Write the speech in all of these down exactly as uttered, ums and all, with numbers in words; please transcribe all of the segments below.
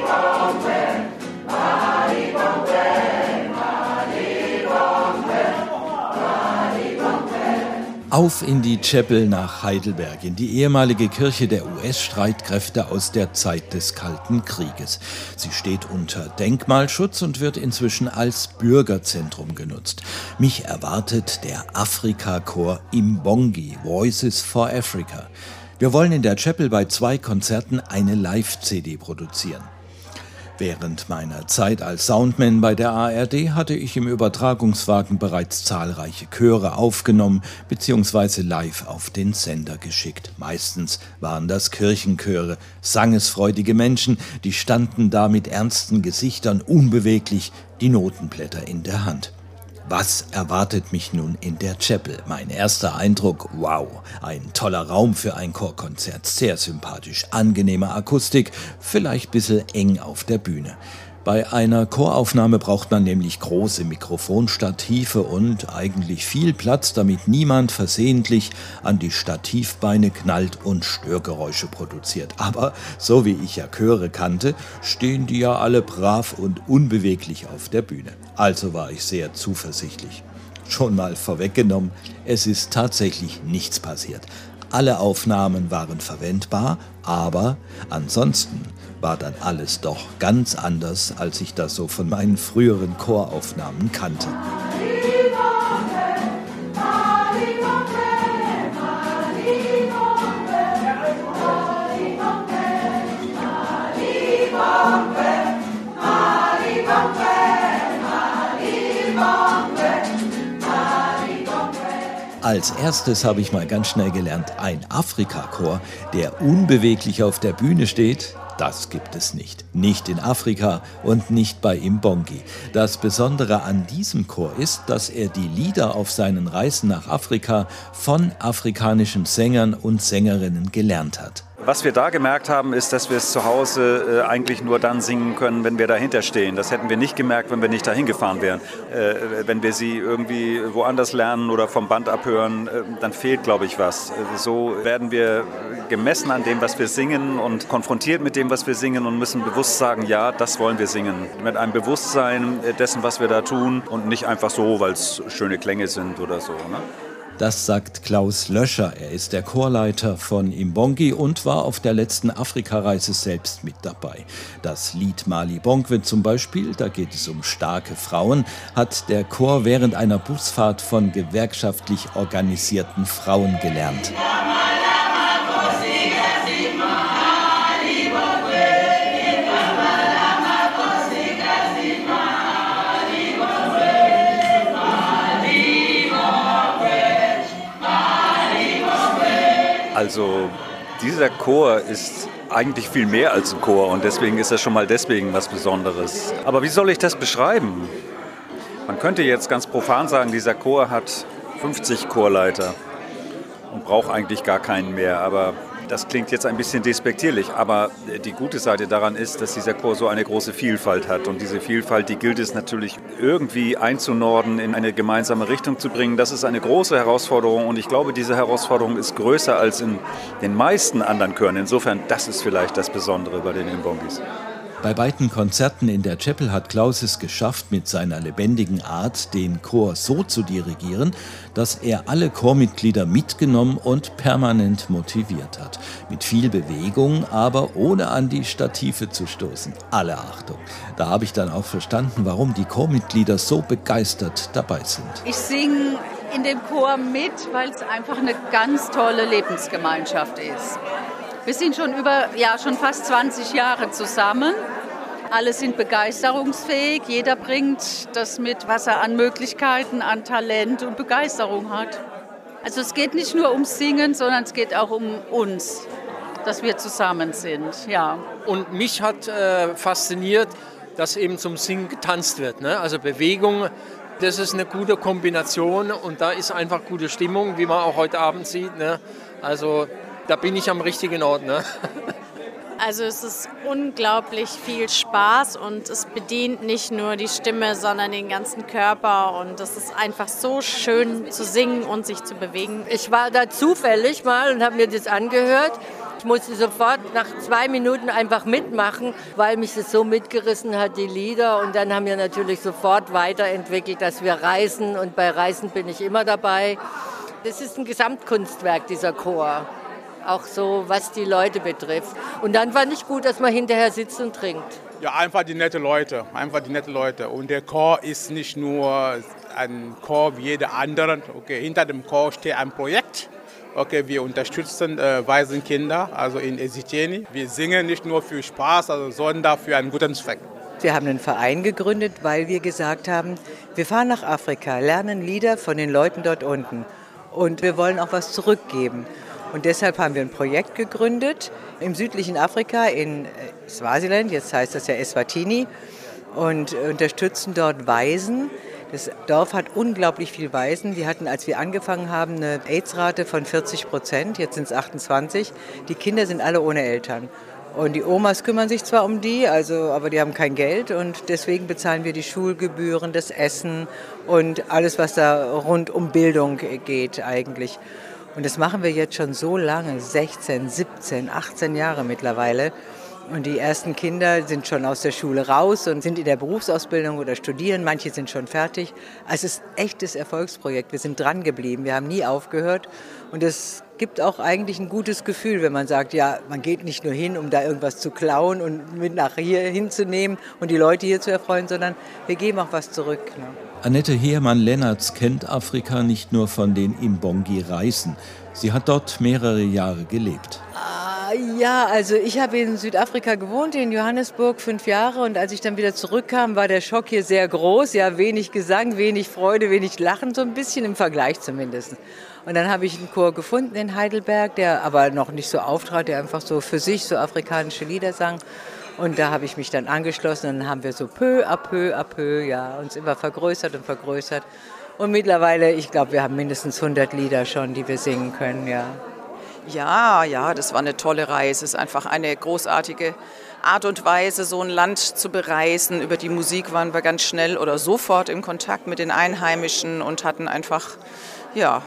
Auf in die Chapel nach Heidelberg, in die ehemalige Kirche der U S-Streitkräfte aus der Zeit des Kalten Krieges. Sie steht unter Denkmalschutz und wird inzwischen als Bürgerzentrum genutzt. Mich erwartet der Afrika-Chor Imbongi, Voices for Africa. Wir wollen in der Chapel bei zwei Konzerten eine Live-C D produzieren. Während meiner Zeit als Soundman bei der A R D hatte ich im Übertragungswagen bereits zahlreiche Chöre aufgenommen bzw. live auf den Sender geschickt. Meistens waren das Kirchenchöre, sangesfreudige Menschen, die standen da mit ernsten Gesichtern unbeweglich, die Notenblätter in der Hand. Was erwartet mich nun in der Chapel? Mein erster Eindruck, wow, ein toller Raum für ein Chorkonzert, sehr sympathisch, angenehme Akustik, vielleicht ein bisschen eng auf der Bühne. Bei einer Choraufnahme braucht man nämlich große Mikrofonstative und eigentlich viel Platz, damit niemand versehentlich an die Stativbeine knallt und Störgeräusche produziert. Aber so wie ich ja Chöre kannte, stehen die ja alle brav und unbeweglich auf der Bühne. Also war ich sehr zuversichtlich. Schon mal vorweggenommen, es ist tatsächlich nichts passiert. Alle Aufnahmen waren verwendbar, aber ansonsten war dann alles doch ganz anders, als ich das so von meinen früheren Choraufnahmen kannte. Als erstes habe ich mal ganz schnell gelernt, ein Afrika-Chor, der unbeweglich auf der Bühne steht, das gibt es nicht. Nicht in Afrika und nicht bei Imbongi. Das Besondere an diesem Chor ist, dass er die Lieder auf seinen Reisen nach Afrika von afrikanischen Sängern und Sängerinnen gelernt hat. Was wir da gemerkt haben, ist, dass wir es zu Hause äh, eigentlich nur dann singen können, wenn wir dahinter stehen. Das hätten wir nicht gemerkt, wenn wir nicht dahin gefahren wären. Äh, wenn wir sie irgendwie woanders lernen oder vom Band abhören, äh, dann fehlt, glaube ich, was. Äh, so werden wir gemessen an dem, was wir singen und konfrontiert mit dem, was wir singen und müssen bewusst sagen, ja, das wollen wir singen. Mit einem Bewusstsein dessen, was wir da tun und nicht einfach so, weil es schöne Klänge sind oder so, ne? Das sagt Klaus Löscher. Er ist der Chorleiter von Imbongi und war auf der letzten Afrikareise selbst mit dabei. Das Lied Mali Bongwe zum Beispiel, da geht es um starke Frauen, hat der Chor während einer Busfahrt von gewerkschaftlich organisierten Frauen gelernt. Also dieser Chor ist eigentlich viel mehr als ein Chor und deswegen ist er schon mal deswegen was Besonderes. Aber wie soll ich das beschreiben? Man könnte jetzt ganz profan sagen, dieser Chor hat fünfzig Chorleiter und braucht eigentlich gar keinen mehr. Aber das klingt jetzt ein bisschen despektierlich, aber die gute Seite daran ist, dass dieser Chor so eine große Vielfalt hat. Und diese Vielfalt, die gilt es natürlich irgendwie einzunorden, in eine gemeinsame Richtung zu bringen. Das ist eine große Herausforderung und ich glaube, diese Herausforderung ist größer als in den meisten anderen Chören. Insofern, das ist vielleicht das Besondere bei den Imbongis. Bei beiden Konzerten in der Chapel hat Klaus es geschafft, mit seiner lebendigen Art den Chor so zu dirigieren, dass er alle Chormitglieder mitgenommen und permanent motiviert hat. Mit viel Bewegung, aber ohne an die Stative zu stoßen. Alle Achtung. Da habe ich dann auch verstanden, warum die Chormitglieder so begeistert dabei sind. Ich singe in dem Chor mit, weil es einfach eine ganz tolle Lebensgemeinschaft ist. Wir sind schon über, ja, schon fast zwanzig Jahre zusammen. Alle sind begeisterungsfähig. Jeder bringt das mit, was er an Möglichkeiten, an Talent und Begeisterung hat. Also es geht nicht nur ums Singen, sondern es geht auch um uns, dass wir zusammen sind. Ja. Und mich hat äh, fasziniert, dass eben zum Singen getanzt wird, ne? Also Bewegung, das ist eine gute Kombination und da ist einfach gute Stimmung, wie man auch heute Abend sieht, ne? Also da bin ich am richtigen Ort, ne? Also es ist unglaublich viel Spaß und es bedient nicht nur die Stimme, sondern den ganzen Körper und es ist einfach so schön zu singen und sich zu bewegen. Ich war da zufällig mal und habe mir das angehört Ich musste sofort nach zwei Minuten einfach mitmachen, weil mich das so mitgerissen hat, die Lieder. Und dann haben wir natürlich sofort weiterentwickelt, dass wir reisen. Und bei Reisen bin ich immer dabei. Das ist ein Gesamtkunstwerk, dieser Chor. Auch so, was die Leute betrifft. Und dann fand ich gut, dass man hinterher sitzt und trinkt. Ja, einfach die nette Leute, einfach die nette Leute. Und der Chor ist nicht nur ein Chor wie jeder andere. Okay, hinter dem Chor steht ein Projekt. Okay, wir unterstützen äh, Waisenkinder, also in Esiteni. Wir singen nicht nur für Spaß, also, sondern für einen guten Zweck. Wir haben einen Verein gegründet, weil wir gesagt haben, wir fahren nach Afrika, lernen Lieder von den Leuten dort unten. Und wir wollen auch was zurückgeben. Und deshalb haben wir ein Projekt gegründet im südlichen Afrika in Swasiland, jetzt heißt das ja Eswatini, und unterstützen dort Waisen. Das Dorf hat unglaublich viel Waisen. Wir hatten, als wir angefangen haben, eine AIDS-Rate von vierzig Prozent, jetzt sind es achtundzwanzig. Die Kinder sind alle ohne Eltern. Und die Omas kümmern sich zwar um die, also, aber die haben kein Geld und deswegen bezahlen wir die Schulgebühren, das Essen und alles, was da rund um Bildung geht eigentlich. Und das machen wir jetzt schon so lange, sechzehn, siebzehn, achtzehn Jahre mittlerweile. Und die ersten Kinder sind schon aus der Schule raus und sind in der Berufsausbildung oder studieren. Manche sind schon fertig. Also es ist ein echtes Erfolgsprojekt. Wir sind dran geblieben. Wir haben nie aufgehört. Und es gibt auch eigentlich ein gutes Gefühl, wenn man sagt, ja, man geht nicht nur hin, um da irgendwas zu klauen und mit nach hier hinzunehmen und die Leute hier zu erfreuen, sondern wir geben auch was zurück. Ne? Annette Heermann-Lennertz kennt Afrika nicht nur von den Imbongi-Reisen. Sie hat dort mehrere Jahre gelebt. Ja, also ich habe in Südafrika gewohnt, in Johannesburg, fünf Jahre. Und als ich dann wieder zurückkam, war der Schock hier sehr groß. Ja, wenig Gesang, wenig Freude, wenig Lachen, so ein bisschen im Vergleich zumindest. Und dann habe ich einen Chor gefunden in Heidelberg, der aber noch nicht so auftrat, der einfach so für sich so afrikanische Lieder sang. Und da habe ich mich dann angeschlossen und dann haben wir so peu à peu à peu, ja, uns immer vergrößert und vergrößert. Und mittlerweile, ich glaube, wir haben mindestens hundert Lieder schon, die wir singen können, ja. Ja, ja, das war eine tolle Reise. Es ist einfach eine großartige Art und Weise, so ein Land zu bereisen. Über die Musik waren wir ganz schnell oder sofort im Kontakt mit den Einheimischen und hatten einfach, ja,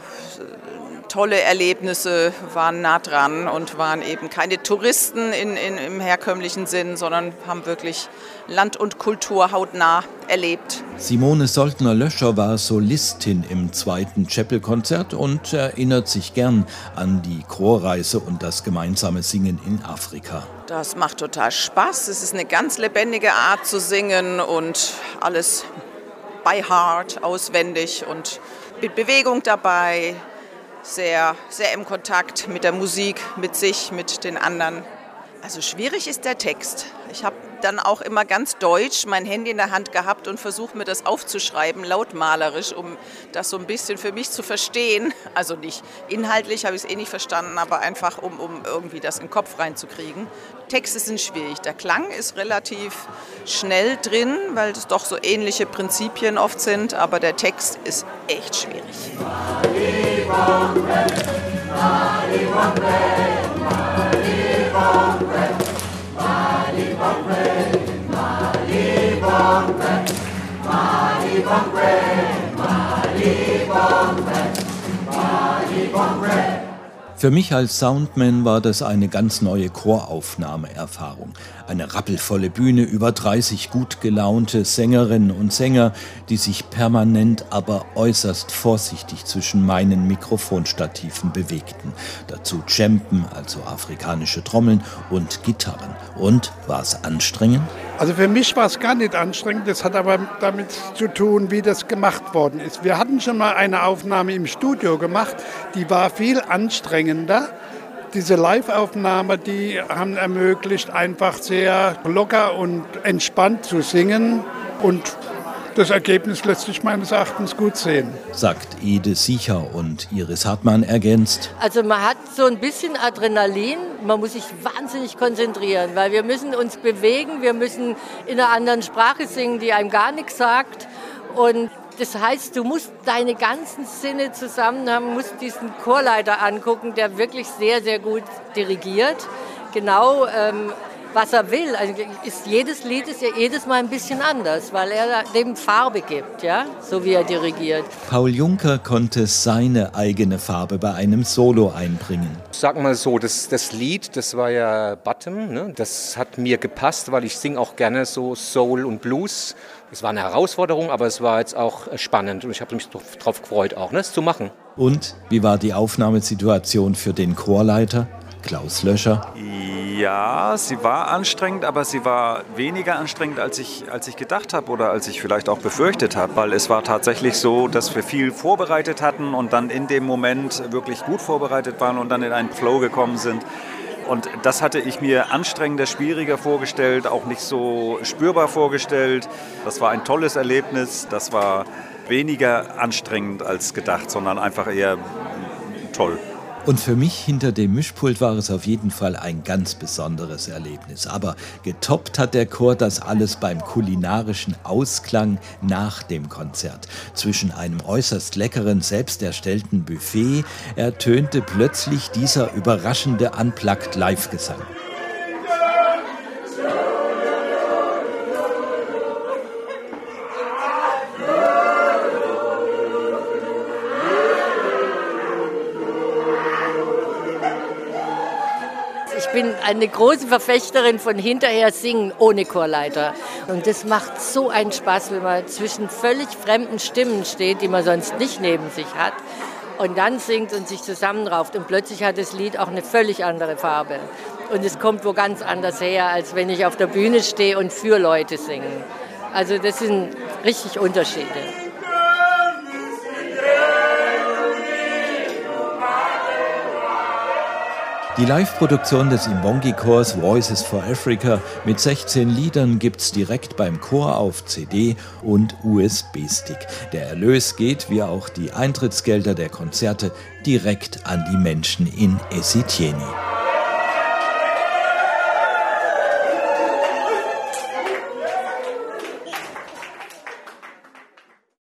tolle Erlebnisse, waren nah dran und waren eben keine Touristen in, in, im herkömmlichen Sinn, sondern haben wirklich Land und Kultur hautnah erlebt. Simone Soltner-Löscher war Solistin im zweiten Chapel-Konzert und erinnert sich gern an die Chorreise und das gemeinsame Singen in Afrika. Das macht total Spaß. Es ist eine ganz lebendige Art zu singen und alles by heart, auswendig und mit Bewegung dabei. Sehr, sehr im Kontakt mit der Musik, mit sich, mit den anderen. Also schwierig ist der Text. Ich habe dann auch immer ganz deutsch mein Handy in der Hand gehabt und versucht, mir das aufzuschreiben, lautmalerisch, um das so ein bisschen für mich zu verstehen. Also nicht inhaltlich, habe ich es eh nicht verstanden, aber einfach, um, um irgendwie das in den Kopf reinzukriegen. Texte sind schwierig. Der Klang ist relativ schnell drin, weil es doch so ähnliche Prinzipien oft sind, aber der Text ist echt schwierig. Für mich als Soundman war das eine ganz neue Choraufnahmeerfahrung. Eine rappelvolle Bühne, über dreißig gut gelaunte Sängerinnen und Sänger, die sich permanent, aber äußerst vorsichtig zwischen meinen Mikrofonstativen bewegten. Dazu Djemben, also afrikanische Trommeln und Gitarren. Und war es anstrengend? Also für mich war es gar nicht anstrengend, das hat aber damit zu tun, wie das gemacht worden ist. Wir hatten schon mal eine Aufnahme im Studio gemacht, die war viel anstrengender. Diese Live-Aufnahme, die haben ermöglicht, einfach sehr locker und entspannt zu singen und das Ergebnis lässt sich meines Erachtens gut sehen. Sagt Ede Siecher und Iris Hartmann ergänzt. Also man hat so ein bisschen Adrenalin, man muss sich wahnsinnig konzentrieren, weil wir müssen uns bewegen, wir müssen in einer anderen Sprache singen, die einem gar nichts sagt. Und das heißt, du musst deine ganzen Sinne zusammen haben, musst diesen Chorleiter angucken, der wirklich sehr, sehr gut dirigiert. Genau, ähm, was er will. Also ist, jedes Lied ist ja jedes Mal ein bisschen anders, weil er dem Farbe gibt, ja, so wie er dirigiert. Paul Juncker konnte seine eigene Farbe bei einem Solo einbringen. Sag mal so, das, das Lied, das war ja Bottom, ne? Das hat mir gepasst, weil ich singe auch gerne so Soul und Blues. Es war eine Herausforderung, aber es war jetzt auch spannend und ich habe mich darauf gefreut, auch ne, es zu machen. Und wie war die Aufnahmesituation für den Chorleiter, Klaus Löscher? Ja, sie war anstrengend, aber sie war weniger anstrengend, als ich, als ich gedacht habe oder als ich vielleicht auch befürchtet habe. Weil es war tatsächlich so, dass wir viel vorbereitet hatten und dann in dem Moment wirklich gut vorbereitet waren und dann in einen Flow gekommen sind. Und das hatte ich mir anstrengender, schwieriger vorgestellt, auch nicht so spürbar vorgestellt. Das war ein tolles Erlebnis, das war weniger anstrengend als gedacht, sondern einfach eher toll. Und für mich hinter dem Mischpult war es auf jeden Fall ein ganz besonderes Erlebnis. Aber getoppt hat der Chor das alles beim kulinarischen Ausklang nach dem Konzert. Zwischen einem äußerst leckeren, selbst erstellten Buffet ertönte plötzlich dieser überraschende Unplugged-Live-Gesang. Ich bin eine große Verfechterin von hinterher singen ohne Chorleiter. Und das macht so einen Spaß, wenn man zwischen völlig fremden Stimmen steht, die man sonst nicht neben sich hat, und dann singt und sich zusammenrauft. Und plötzlich hat das Lied auch eine völlig andere Farbe. Und es kommt wo ganz anders her, als wenn ich auf der Bühne stehe und für Leute singe. Also das sind richtig Unterschiede. Die Live-Produktion des Imbongi-Chors Voices for Africa mit sechzehn Liedern gibt's direkt beim Chor auf C D und U S B-Stick. Der Erlös geht, wie auch die Eintrittsgelder der Konzerte, direkt an die Menschen in Esitieni.